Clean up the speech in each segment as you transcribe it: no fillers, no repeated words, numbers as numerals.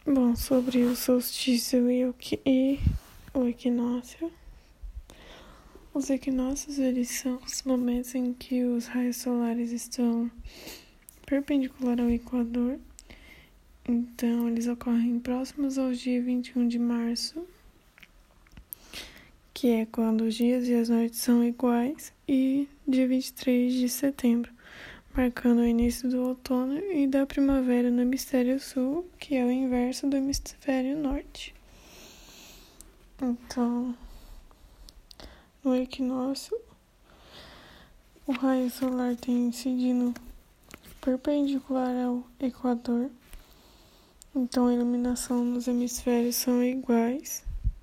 Bom, sobre o solstício e o equinócio. Os equinócios, eles são os momentos em que os raios solares estão perpendicular ao Equador. Então, eles ocorrem próximos ao dia 21 de março, que é quando os dias e as noites são iguais, e dia 23 de setembro, marcando o início do outono e da primavera no hemisfério sul, que é o inverso do hemisfério norte. Então, no equinócio, o raio solar tem incidindo perpendicular ao Equador, então a iluminação nos hemisférios são iguais.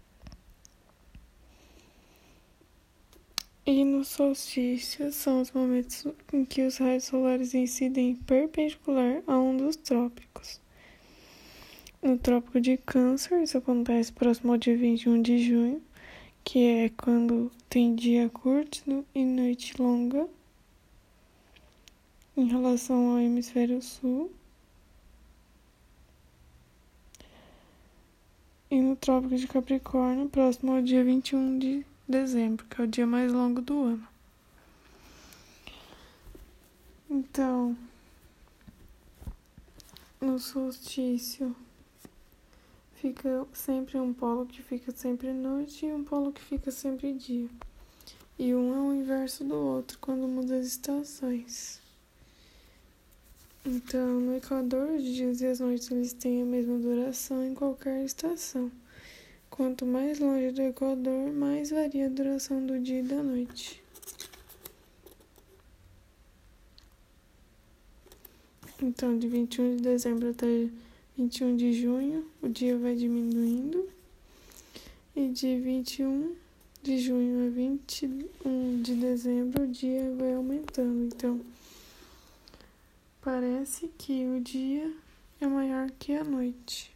E no solstício são os momentos em que os raios solares incidem perpendicular a um dos trópicos. No trópico de Câncer, isso acontece próximo ao dia 21 de junho, que é quando tem dia curto e noite longa em relação ao hemisfério sul. E no trópico de Capricórnio, próximo ao dia 21 de dezembro, que é o dia mais longo do ano. Então, no solstício fica sempre um polo que fica sempre noite e um polo que fica sempre dia. E um é o inverso do outro quando muda as estações. Então, no Equador, os dias e as noites eles têm a mesma duração em qualquer estação. Quanto mais longe do Equador, mais varia a duração do dia e da noite. Então, de 21 de dezembro até 21 de junho, o dia vai diminuindo. E de 21 de junho a 21 de dezembro, o dia vai aumentando. Então, parece que o dia é maior que a noite.